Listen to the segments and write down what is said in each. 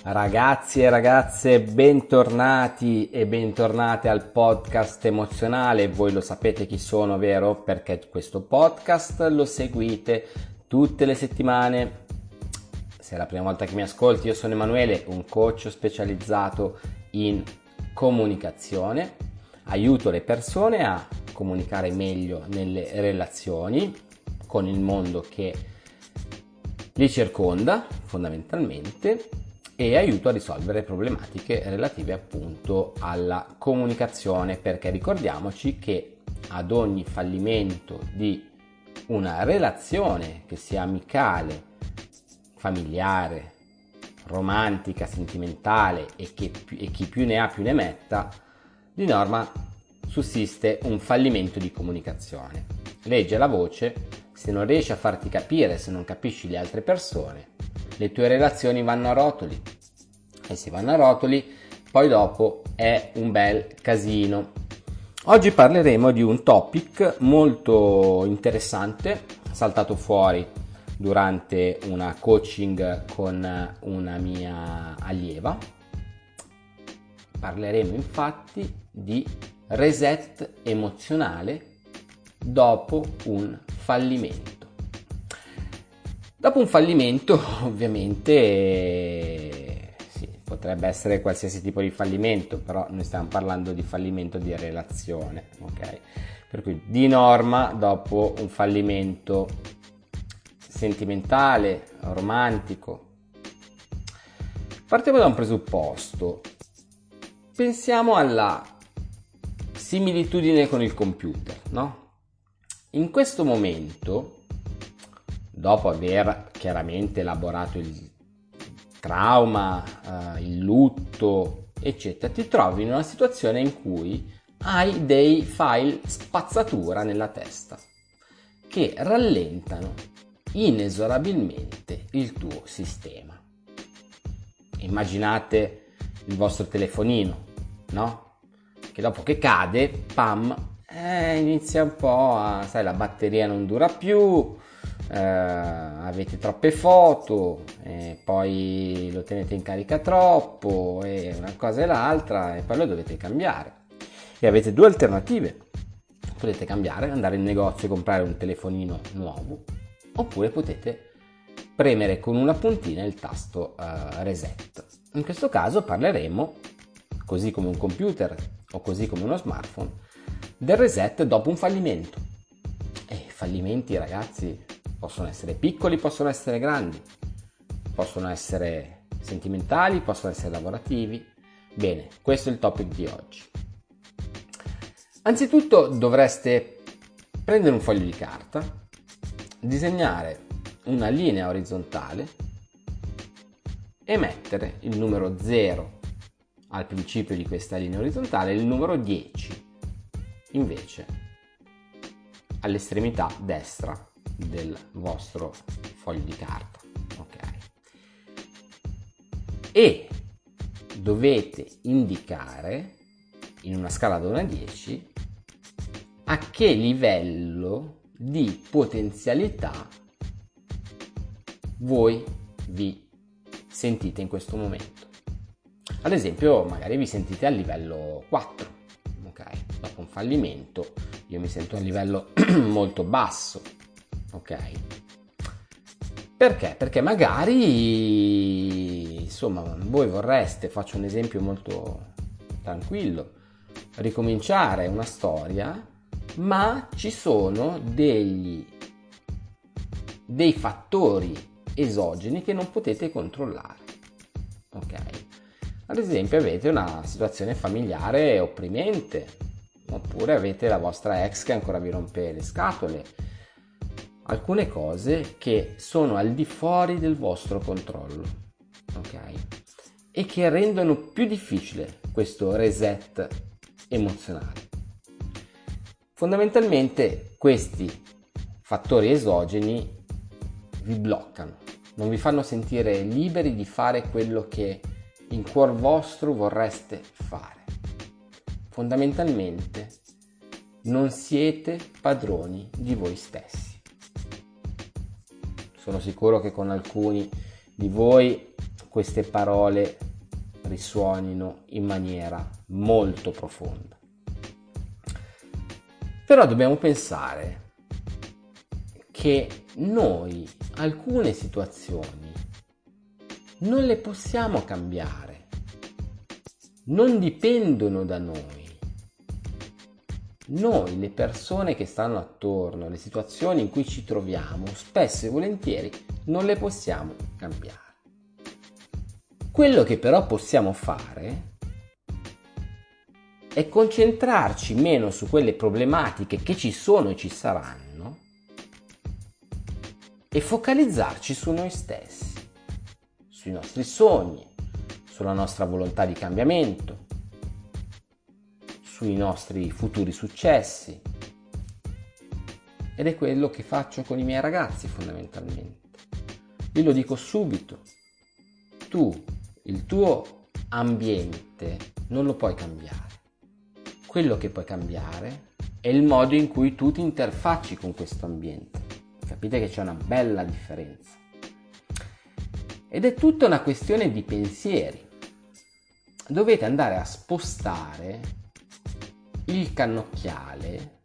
Ragazzi e ragazze, bentornati e bentornate al podcast emozionale. Voi lo sapete chi sono, vero? Perché questo podcast lo seguite tutte le settimane. Se è la prima volta che mi ascolti, io sono Emanuele, un coach specializzato in comunicazione. Aiuto le persone a comunicare meglio nelle relazioni con il mondo che li circonda, fondamentalmente, e aiuto a risolvere problematiche relative appunto alla comunicazione, perché ricordiamoci che ad ogni fallimento di una relazione, che sia amicale, familiare, romantica, sentimentale e chi più ne ha più ne metta, di norma sussiste un fallimento di comunicazione. Legge la voce, se non riesci a farti capire, se non capisci le altre persone, le tue relazioni vanno a rotoli, e se vanno a rotoli poi dopo è un bel casino. Oggi parleremo di un topic molto interessante, saltato fuori durante una coaching con una mia allieva. Parleremo infatti di reset emozionale dopo un fallimento. Dopo un fallimento, ovviamente, sì, potrebbe essere qualsiasi tipo di fallimento, però noi stiamo parlando di fallimento di relazione, ok? Per cui di norma, dopo un fallimento sentimentale, romantico, partiamo da un presupposto. Pensiamo alla similitudine con il computer, no? In questo momento, dopo aver chiaramente elaborato il trauma, il lutto, eccetera, ti trovi in una situazione in cui hai dei file spazzatura nella testa che rallentano inesorabilmente il tuo sistema. Immaginate il vostro telefonino, no? Che dopo che cade, pam, inizia un po' a, sai, la batteria non dura più, avete troppe foto, poi lo tenete in carica troppo, e una cosa e l'altra, e poi lo dovete cambiare. E avete due alternative: potete cambiare, andare in negozio e comprare un telefonino nuovo, oppure potete premere con una puntina il tasto reset. In questo caso parleremo, così come un computer o così come uno smartphone, del reset dopo un fallimento. E fallimenti, ragazzi, possono essere piccoli, possono essere grandi, possono essere sentimentali, possono essere lavorativi. Bene, questo è il topic di oggi. Anzitutto dovreste prendere un foglio di carta, disegnare una linea orizzontale e mettere il numero 0 al principio di questa linea orizzontale e il numero 10 invece all'estremità destra del vostro foglio di carta, ok? E dovete indicare in una scala da 1 a 10 a che livello di potenzialità voi vi sentite in questo momento. Ad esempio, magari vi sentite al livello 4, ok? Dopo un fallimento io mi sento a livello molto basso, ok? Perché? Perché magari, insomma, voi vorreste, faccio un esempio molto tranquillo, ricominciare una storia, ma ci sono dei fattori esogeni che non potete controllare, ok? Ad esempio avete una situazione familiare opprimente, oppure avete la vostra ex che ancora vi rompe le scatole, alcune cose che sono al di fuori del vostro controllo, ok? E che rendono più difficile questo reset emozionale. Fondamentalmente questi fattori esogeni vi bloccano, non vi fanno sentire liberi di fare quello che in cuor vostro vorreste fare. Fondamentalmente non siete padroni di voi stessi. Sono sicuro che con alcuni di voi queste parole risuonino in maniera molto profonda. Però dobbiamo pensare che noi alcune situazioni non le possiamo cambiare, non dipendono da noi. Noi, le persone che stanno attorno, le situazioni in cui ci troviamo, spesso e volentieri non le possiamo cambiare. Quello che però possiamo fare è concentrarci meno su quelle problematiche che ci sono e ci saranno e focalizzarci su noi stessi, sui nostri sogni, sulla nostra volontà di cambiamento, sui nostri futuri successi. Ed è quello che faccio con i miei ragazzi fondamentalmente. Io lo dico subito, tu il tuo ambiente non lo puoi cambiare. Quello che puoi cambiare è il modo in cui tu ti interfacci con questo ambiente. Capite che c'è una bella differenza. Ed è tutta una questione di pensieri. Dovete andare a spostare il cannocchiale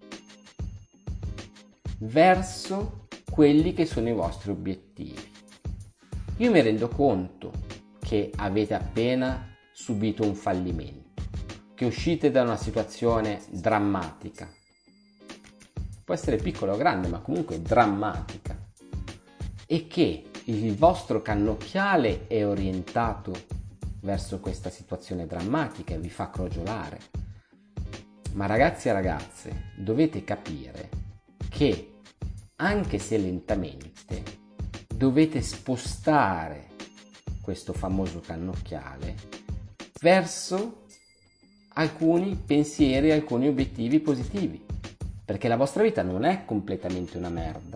verso quelli che sono i vostri obiettivi. Io mi rendo conto che avete appena subito un fallimento, che uscite da una situazione drammatica. Può essere piccola o grande, ma comunque drammatica. E che il vostro cannocchiale è orientato verso questa situazione drammatica e vi fa crogiolare. Ma ragazzi e ragazze, dovete capire che, anche se lentamente, dovete spostare questo famoso cannocchiale verso alcuni pensieri, alcuni obiettivi positivi, perché la vostra vita non è completamente una merda.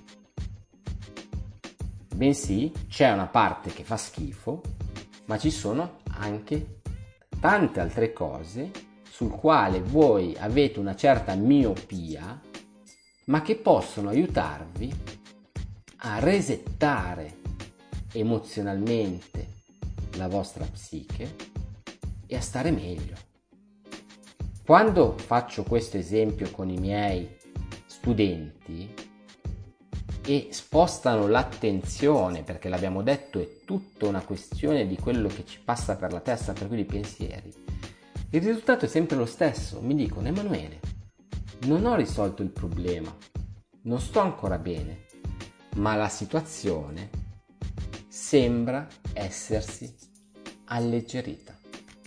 Bensì c'è una parte che fa schifo, ma ci sono anche tante altre cose sul quale voi avete una certa miopia, ma che possono aiutarvi a resettare emozionalmente la vostra psiche e a stare meglio. Quando faccio questo esempio con i miei studenti e spostano l'attenzione, perché l'abbiamo detto è tutta una questione di quello che ci passa per la testa, per cui i pensieri, il risultato è sempre lo stesso. Mi dicono: Emanuele, non ho risolto il problema, non sto ancora bene, ma la situazione sembra essersi alleggerita.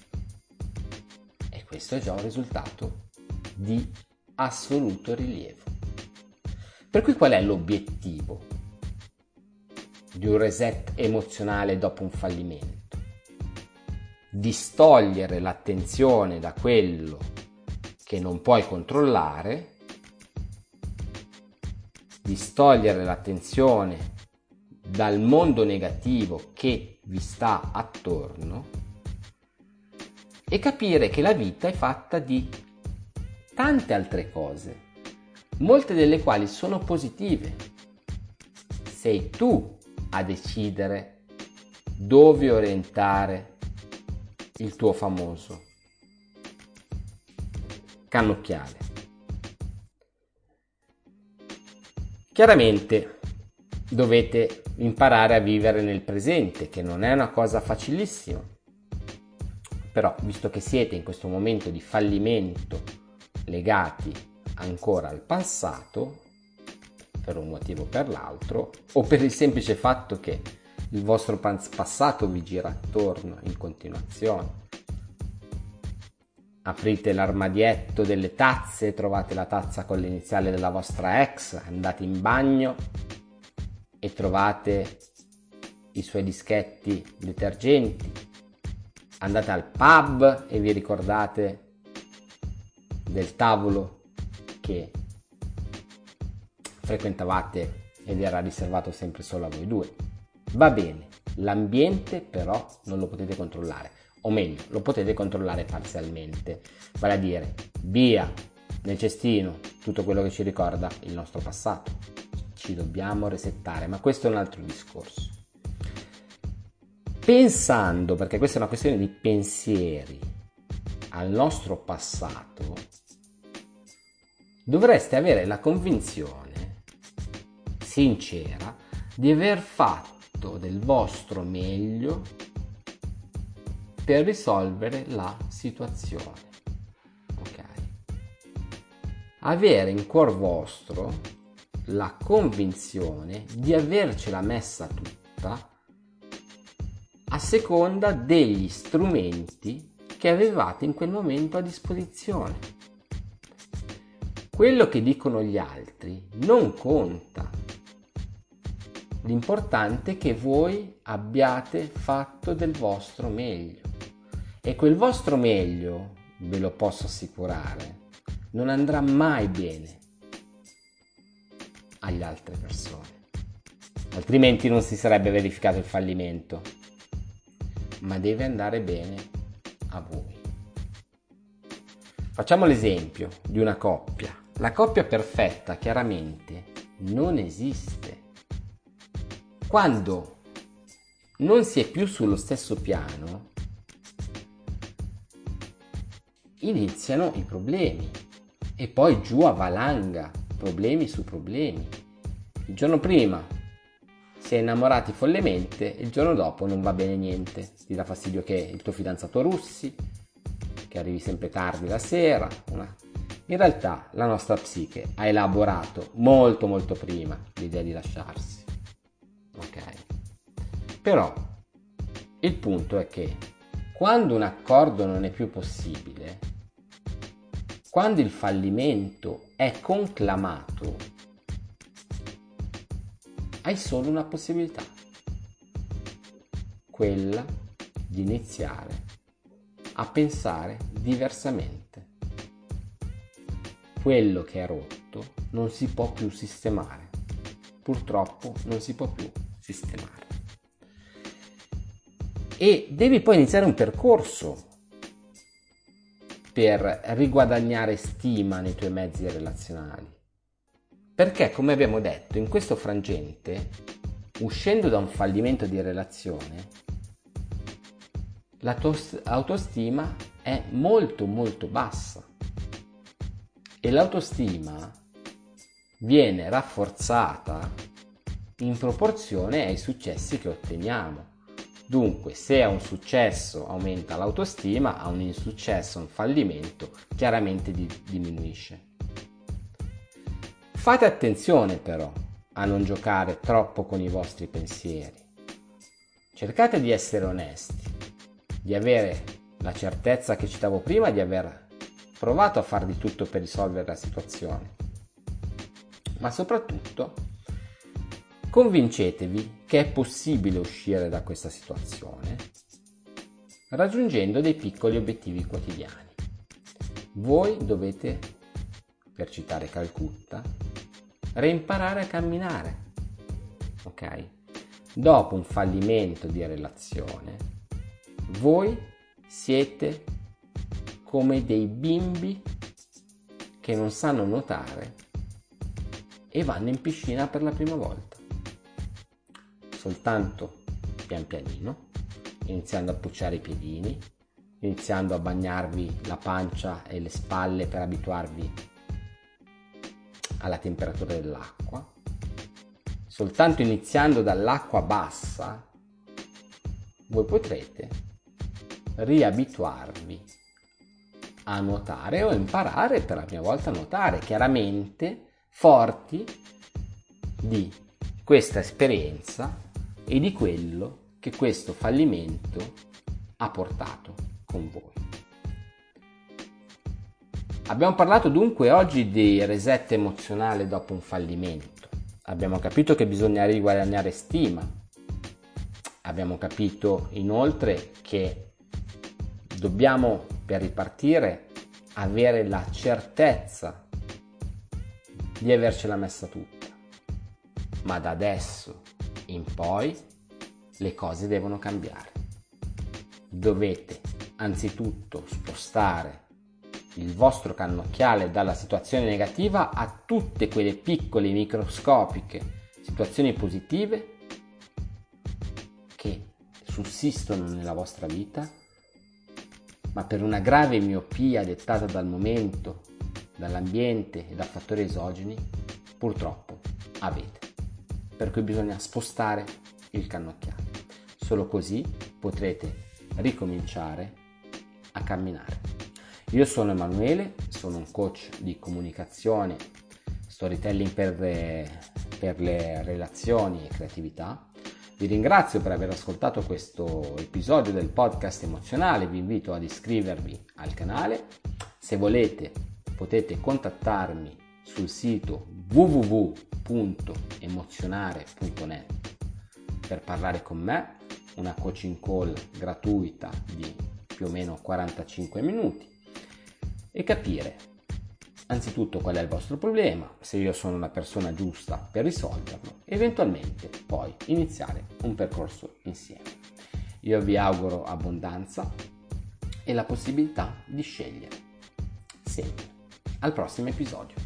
E questo è già un risultato di assoluto rilievo. Per cui qual è l'obiettivo di un reset emozionale dopo un fallimento? Distogliere l'attenzione da quello che non puoi controllare, distogliere l'attenzione dal mondo negativo che vi sta attorno e capire che la vita è fatta di tante altre cose, molte delle quali sono positive. Sei tu a decidere dove orientare il tuo famoso cannocchiale. Chiaramente dovete imparare a vivere nel presente, che non è una cosa facilissima, però visto che siete in questo momento di fallimento legati ancora al passato, per un motivo o per l'altro, o per il semplice fatto che il vostro passato vi gira attorno in continuazione. Aprite l'armadietto delle tazze, trovate la tazza con l'iniziale della vostra ex, andate in bagno e trovate i suoi dischetti detergenti, andate al pub e vi ricordate del tavolo che frequentavate ed era riservato sempre solo a voi due. Va bene, l'ambiente però non lo potete controllare, o meglio, lo potete controllare parzialmente, vale a dire via nel cestino tutto quello che ci ricorda il nostro passato. Ci dobbiamo resettare, ma questo è un altro discorso. pensando, perché questa è una questione di pensieri, al nostro passato, dovreste avere la convinzione sincera di aver fatto del vostro meglio per risolvere la situazione. Ok? Avere in cuor vostro la convinzione di avercela messa tutta a seconda degli strumenti che avevate in quel momento a disposizione. Quello che dicono gli altri non conta. L'importante è che voi abbiate fatto del vostro meglio. E quel vostro meglio, ve lo posso assicurare, non andrà mai bene alle altre persone. Altrimenti non si sarebbe verificato il fallimento. Ma deve andare bene a voi. Facciamo l'esempio di una coppia. La coppia perfetta chiaramente non esiste. Quando non si è più sullo stesso piano, iniziano i problemi e poi giù a valanga, problemi su problemi. Il giorno prima si è innamorati follemente, il giorno dopo non va bene niente. Ti dà fastidio che il tuo fidanzato russi, che arrivi sempre tardi la sera. In realtà la nostra psiche ha elaborato molto prima l'idea di lasciarsi. Ok? Però il punto è che quando un accordo non è più possibile, quando il fallimento è conclamato, hai solo una possibilità, quella di iniziare a pensare diversamente. Quello che è rotto non si può più sistemare, purtroppo non si può più sistemare. E devi poi iniziare un percorso per riguadagnare stima nei tuoi mezzi relazionali. Perché, come abbiamo detto, in questo frangente, uscendo da un fallimento di relazione, la tua autostima è molto bassa. E l'autostima viene rafforzata in proporzione ai successi che otteniamo. Dunque, se a un successo aumenta l'autostima, a un insuccesso, un fallimento, chiaramente diminuisce. Fate attenzione però a non giocare troppo con i vostri pensieri. Cercate di essere onesti, di avere la certezza che citavo prima, di aver provato a far di tutto per risolvere la situazione. Ma soprattutto, convincetevi che è possibile uscire da questa situazione raggiungendo dei piccoli obiettivi quotidiani. Voi dovete, per citare Calcutta, reimparare a camminare. Ok? Dopo un fallimento di relazione, voi siete come dei bimbi che non sanno nuotare e vanno in piscina per la prima volta. Soltanto pian pianino, iniziando a pucciare i piedini, iniziando a bagnarvi la pancia e le spalle per abituarvi alla temperatura dell'acqua. Soltanto iniziando dall'acqua bassa, voi potrete riabituarvi a nuotare o imparare per la prima volta a nuotare, chiaramente forti di questa esperienza e di quello che questo fallimento ha portato con voi. Abbiamo parlato dunque oggi di reset emozionale dopo un fallimento. Abbiamo capito che bisogna riguadagnare stima. Abbiamo capito inoltre che dobbiamo, per ripartire, avere la certezza di avercela messa tutta. Ma da adesso in poi le cose devono cambiare. Dovete anzitutto spostare il vostro cannocchiale dalla situazione negativa a tutte quelle piccole microscopiche situazioni positive che sussistono nella vostra vita, ma per una grave miopia dettata dal momento, dall'ambiente e da fattori esogeni, purtroppo avete. Per cui bisogna spostare il cannocchiale. Solo così potrete ricominciare a camminare. Io sono Emanuele, sono un coach di comunicazione, storytelling per le relazioni e creatività. Vi ringrazio per aver ascoltato questo episodio del podcast emozionale, vi invito ad iscrivervi al canale. Se volete potete contattarmi sul sito www.emozionare.net per parlare con me, una coaching call gratuita di più o meno 45 minuti e capire anzitutto qual è il vostro problema, se io sono la persona giusta per risolverlo e eventualmente poi iniziare un percorso insieme. Io vi auguro abbondanza e la possibilità di scegliere sempre. Al prossimo episodio.